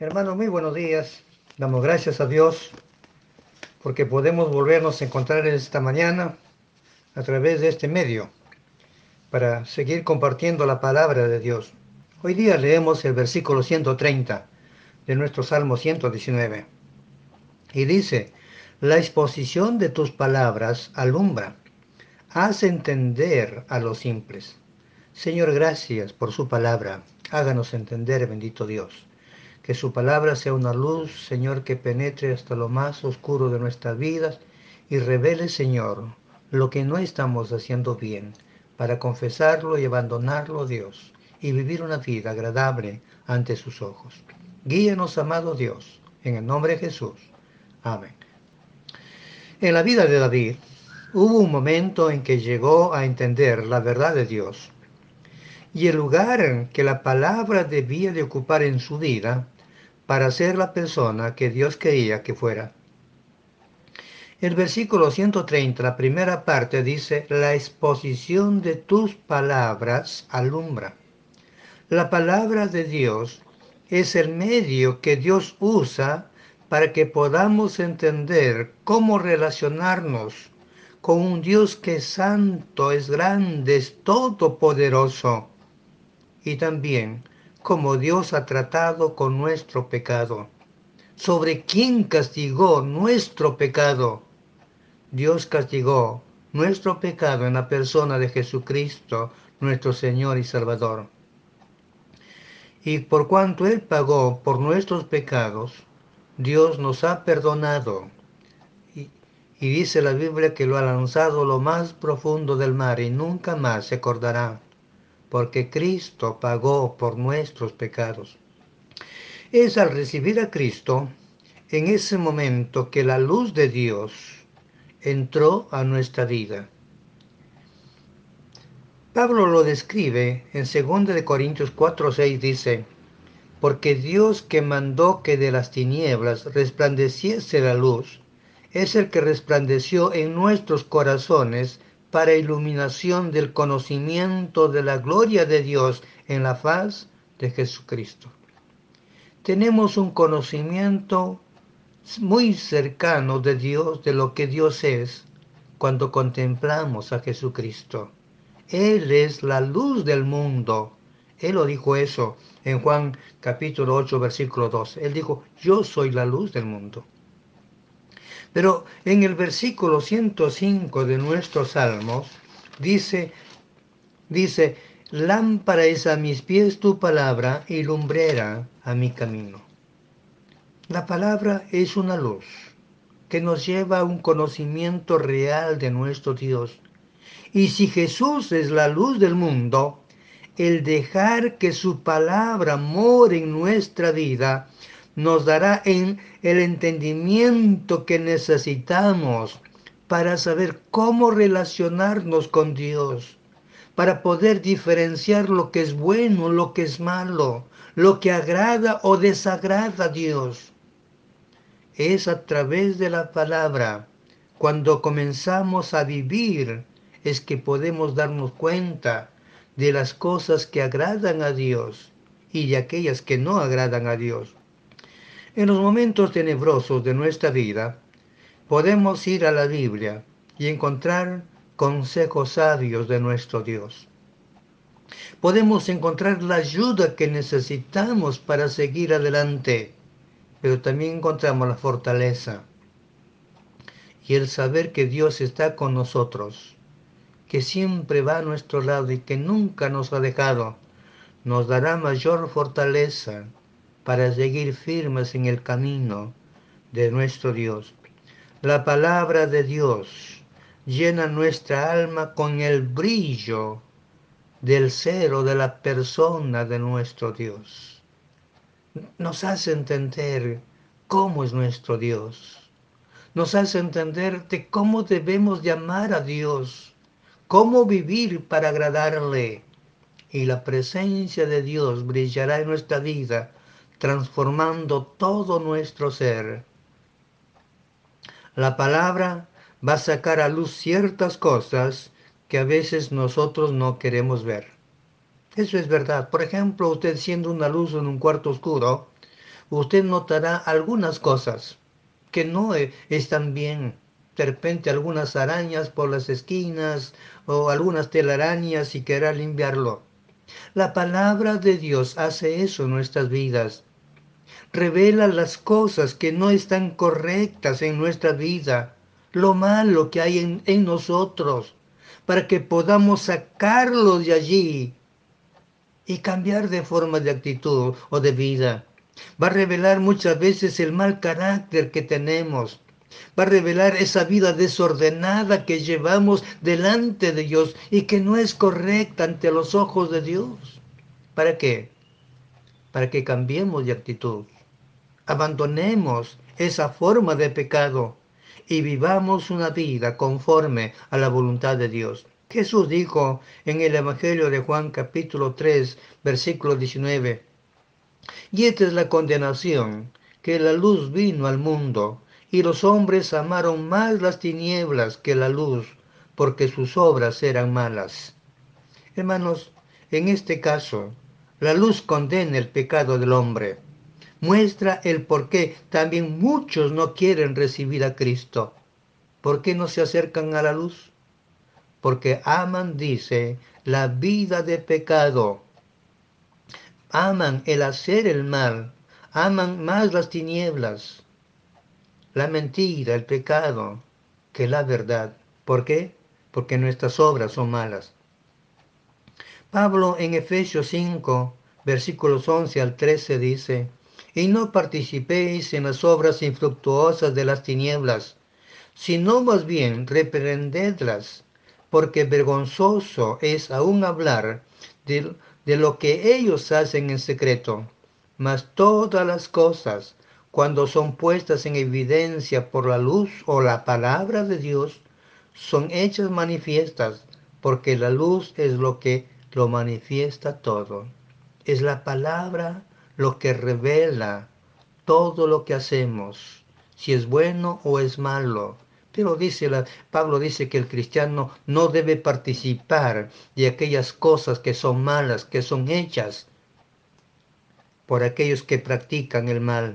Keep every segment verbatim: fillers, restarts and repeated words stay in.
Hermano, muy buenos días. Damos gracias a Dios porque podemos volvernos a encontrar esta mañana a través de este medio para seguir compartiendo la palabra de Dios. Hoy día leemos el versículo ciento treinta de nuestro Salmo ciento diecinueve y dice: La exposición de tus palabras alumbra, haz entender a los simples. Señor, gracias por su palabra. Háganos entender, bendito Dios. Que su palabra sea una luz, Señor, que penetre hasta lo más oscuro de nuestras vidas y revele, Señor, lo que no estamos haciendo bien, para confesarlo y abandonarlo, Dios, y vivir una vida agradable ante sus ojos. Guíanos, amado Dios, en el nombre de Jesús. Amén. En la vida de David hubo un momento en que llegó a entender la verdad de Dios y el lugar que la palabra debía de ocupar en su vida para ser la persona que Dios quería que fuera. El versículo ciento treinta, la primera parte, dice: La exposición de tus palabras alumbra. La palabra de Dios es el medio que Dios usa para que podamos entender cómo relacionarnos con un Dios que es santo, es grande, es todopoderoso, y también cómo Dios ha tratado con nuestro pecado. ¿Sobre quién castigó nuestro pecado? Dios castigó nuestro pecado en la persona de Jesucristo, nuestro Señor y Salvador. Y por cuanto Él pagó por nuestros pecados, Dios nos ha perdonado. Y, y dice la Biblia que lo ha lanzado a lo más profundo del mar y nunca más se acordará, porque Cristo pagó por nuestros pecados. Es al recibir a Cristo en ese momento que la luz de Dios entró a nuestra vida. Pablo lo describe en dos de Corintios cuatro seis, dice: Porque Dios, que mandó que de las tinieblas resplandeciese la luz, es el que resplandeció en nuestros corazones para iluminación del conocimiento de la gloria de Dios en la faz de Jesucristo. Tenemos un conocimiento muy cercano de Dios, de lo que Dios es, cuando contemplamos a Jesucristo. Él es la luz del mundo. Él lo dijo eso en Juan capítulo ocho, versículo dos. Él dijo: yo soy la luz del mundo. Pero en el versículo ciento cinco de nuestros salmos dice, dice, lámpara es a mis pies tu palabra y lumbrera a mi camino. La palabra es una luz que nos lleva a un conocimiento real de nuestro Dios. Y si Jesús es la luz del mundo, el dejar que su palabra more en nuestra vida nos dará en el entendimiento que necesitamos para saber cómo relacionarnos con Dios, para poder diferenciar lo que es bueno, lo que es malo, lo que agrada o desagrada a Dios. Es a través de la palabra, cuando comenzamos a vivir, es que podemos darnos cuenta de las cosas que agradan a Dios y de aquellas que no agradan a Dios. En los momentos tenebrosos de nuestra vida, podemos ir a la Biblia y encontrar consejos sabios de nuestro Dios. Podemos encontrar la ayuda que necesitamos para seguir adelante, pero también encontramos la fortaleza y el saber que Dios está con nosotros, que siempre va a nuestro lado y que nunca nos ha dejado, nos dará mayor fortaleza para seguir firmes en el camino de nuestro Dios. La palabra de Dios llena nuestra alma con el brillo del ser o de la persona de nuestro Dios. Nos hace entender cómo es nuestro Dios. Nos hace entender de cómo debemos llamar a Dios, cómo vivir para agradarle. Y la presencia de Dios brillará en nuestra vida, transformando todo nuestro ser. La palabra va a sacar a luz ciertas cosas que a veces nosotros no queremos ver. Eso es verdad. Por ejemplo, usted siendo una luz en un cuarto oscuro, usted notará algunas cosas que no eh, están bien. De repente algunas arañas por las esquinas o algunas telarañas y querrá limpiarlo. La palabra de Dios hace eso en nuestras vidas. Revela las cosas que no están correctas en nuestra vida, lo malo que hay en, en nosotros, para que podamos sacarlo de allí y cambiar de forma de actitud o de vida. Va a revelar muchas veces el mal carácter que tenemos. Va a revelar esa vida desordenada que llevamos delante de Dios y que no es correcta ante los ojos de Dios. ¿Para qué? Para que cambiemos de actitud. Abandonemos esa forma de pecado y vivamos una vida conforme a la voluntad de Dios. Jesús dijo en el Evangelio de Juan capítulo tres, versículo diecinueve, y esta es la condenación, que la luz vino al mundo, y los hombres amaron más las tinieblas que la luz, porque sus obras eran malas. Hermanos, en este caso, la luz condena el pecado del hombre. Muestra el por qué también muchos no quieren recibir a Cristo. ¿Por qué no se acercan a la luz? Porque aman, dice, la vida de pecado. Aman el hacer el mal. Aman más las tinieblas, la mentira, el pecado, que la verdad. ¿Por qué? Porque nuestras obras son malas. Pablo en Efesios cinco, versículos once al trece dice, y no participéis en las obras infructuosas de las tinieblas, sino más bien reprendedlas, porque vergonzoso es aún hablar de, de lo que ellos hacen en secreto. Mas todas las cosas, cuando son puestas en evidencia por la luz o la palabra de Dios, son hechas manifiestas, porque la luz es lo que lo manifiesta todo. Es la palabra lo que revela todo lo que hacemos, si es bueno o es malo. Pero dice la, Pablo dice que el cristiano no debe participar de aquellas cosas que son malas, que son hechas por aquellos que practican el mal.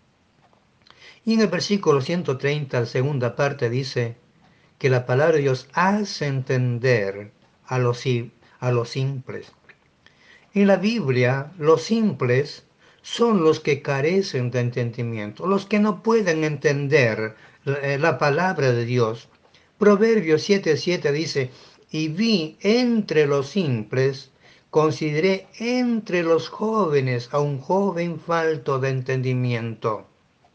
Y en el versículo ciento treinta, la segunda parte, dice que la palabra de Dios hace entender a los, a los simples. En la Biblia, los simples son los que carecen de entendimiento, los que no pueden entender la, la palabra de Dios. Proverbios siete siete dice, y vi entre los simples, consideré entre los jóvenes a un joven falto de entendimiento.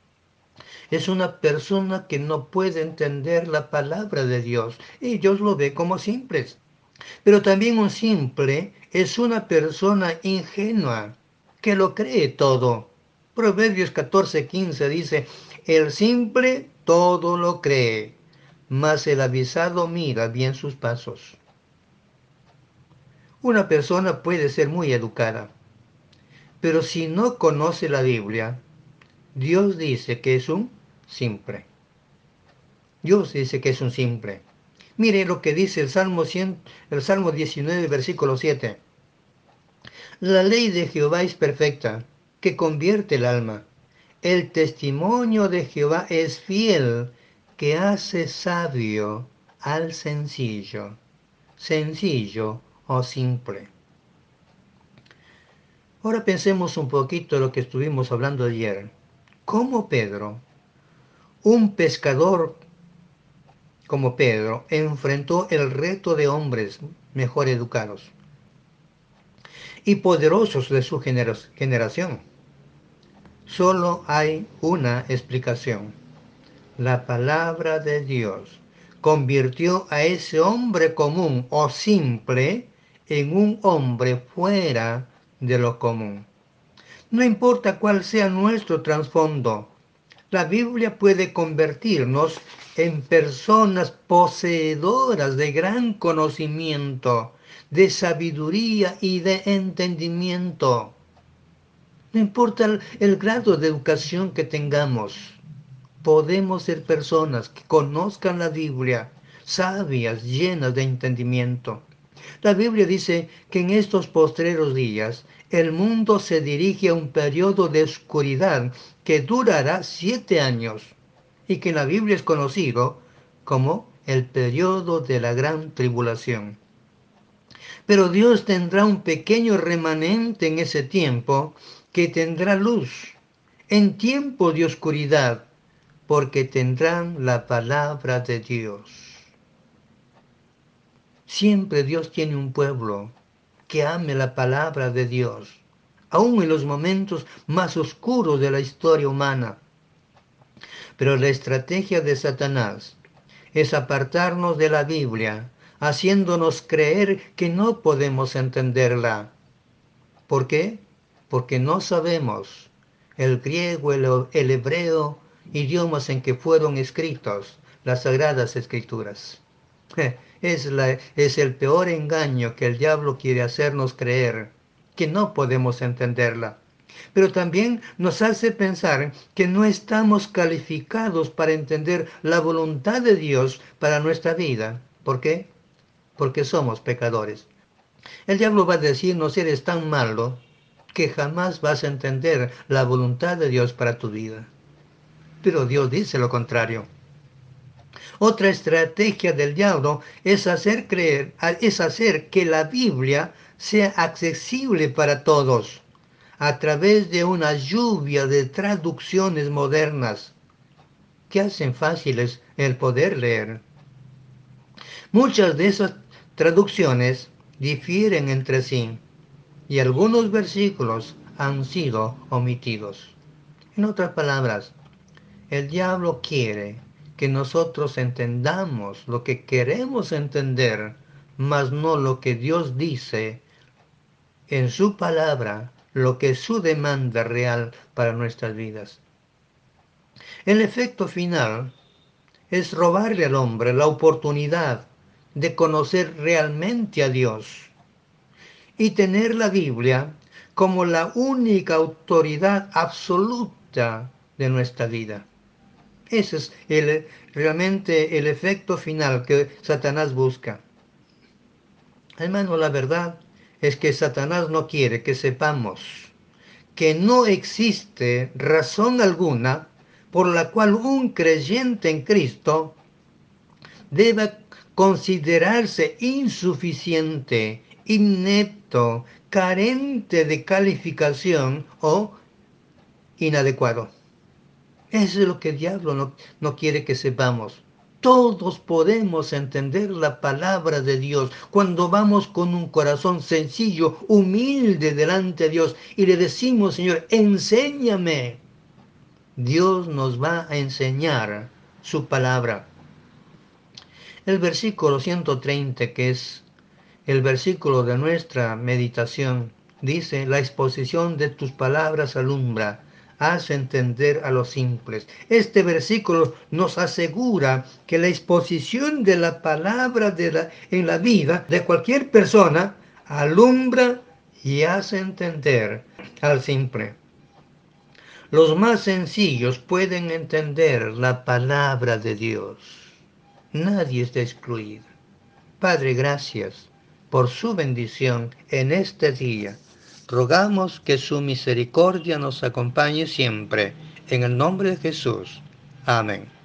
Es una persona que no puede entender la palabra de Dios y Dios lo ve como simples. Pero también un simple es una persona ingenua que lo cree todo. Proverbios catorce quince dice, el simple todo lo cree, mas el avisado mira bien sus pasos. Una persona puede ser muy educada, pero si no conoce la Biblia, Dios dice que es un simple. Dios dice que es un simple. Mire lo que dice el Salmo, cien, el Salmo diecinueve, versículo siete. La ley de Jehová es perfecta, que convierte el alma. El testimonio de Jehová es fiel, que hace sabio al sencillo. Sencillo o simple. Ahora pensemos un poquito en lo que estuvimos hablando ayer. ¿Cómo Pedro, un pescador como Pedro, enfrentó el reto de hombres mejor educados y poderosos de su generación? Solo hay una explicación. La palabra de Dios convirtió a ese hombre común o simple en un hombre fuera de lo común. No importa cuál sea nuestro trasfondo, la Biblia puede convertirnos en personas poseedoras de gran conocimiento, de sabiduría y de entendimiento. No importa el, el grado de educación que tengamos, podemos ser personas que conozcan la Biblia, sabias, llenas de entendimiento. La Biblia dice que en estos postreros días el mundo se dirige a un periodo de oscuridad que durará siete años y que en la Biblia es conocido como el periodo de la gran tribulación. Pero Dios tendrá un pequeño remanente en ese tiempo que tendrá luz en tiempo de oscuridad, porque tendrán la palabra de Dios. Siempre Dios tiene un pueblo que ame la palabra de Dios, aun en los momentos más oscuros de la historia humana. Pero la estrategia de Satanás es apartarnos de la Biblia, haciéndonos creer que no podemos entenderla. ¿Por qué? Porque no sabemos el griego, el, el hebreo, idiomas en que fueron escritos las Sagradas Escrituras. Es, la, es el peor engaño que el diablo quiere hacernos creer, que no podemos entenderla. Pero también nos hace pensar que no estamos calificados para entender la voluntad de Dios para nuestra vida. ¿Por qué? Porque somos pecadores. El diablo va a decirnos, eres tan malo que jamás vas a entender la voluntad de Dios para tu vida. Pero Dios dice lo contrario. Otra estrategia del diablo es hacer creer, es hacer que la Biblia sea accesible para todos a través de una lluvia de traducciones modernas que hacen fáciles el poder leer. Muchas de esas traducciones difieren entre sí y algunos versículos han sido omitidos. En otras palabras, el diablo quiere que nosotros entendamos lo que queremos entender, mas no lo que Dios dice en su palabra, lo que es su demanda real para nuestras vidas. El efecto final es robarle al hombre la oportunidad de conocer realmente a Dios y tener la Biblia como la única autoridad absoluta de nuestra vida. Ese es el, realmente el efecto final que Satanás busca. Hermano, la verdad es que Satanás no quiere que sepamos que no existe razón alguna por la cual un creyente en Cristo deba considerarse insuficiente, inepto, carente de calificación o inadecuado. Eso es lo que el diablo no, no quiere que sepamos. Todos podemos entender la palabra de Dios cuando vamos con un corazón sencillo, humilde delante de Dios y le decimos, Señor, enséñame. Dios nos va a enseñar su palabra. El versículo ciento treinta, que es el versículo de nuestra meditación, dice, la exposición de tus palabras alumbra, hace entender a los simples. Este versículo nos asegura que la exposición de la palabra de la, en la vida de cualquier persona alumbra y hace entender al simple. Los más sencillos pueden entender la palabra de Dios. Nadie está excluido. Padre, gracias por su bendición en este día. Rogamos que su misericordia nos acompañe siempre. En el nombre de Jesús. Amén.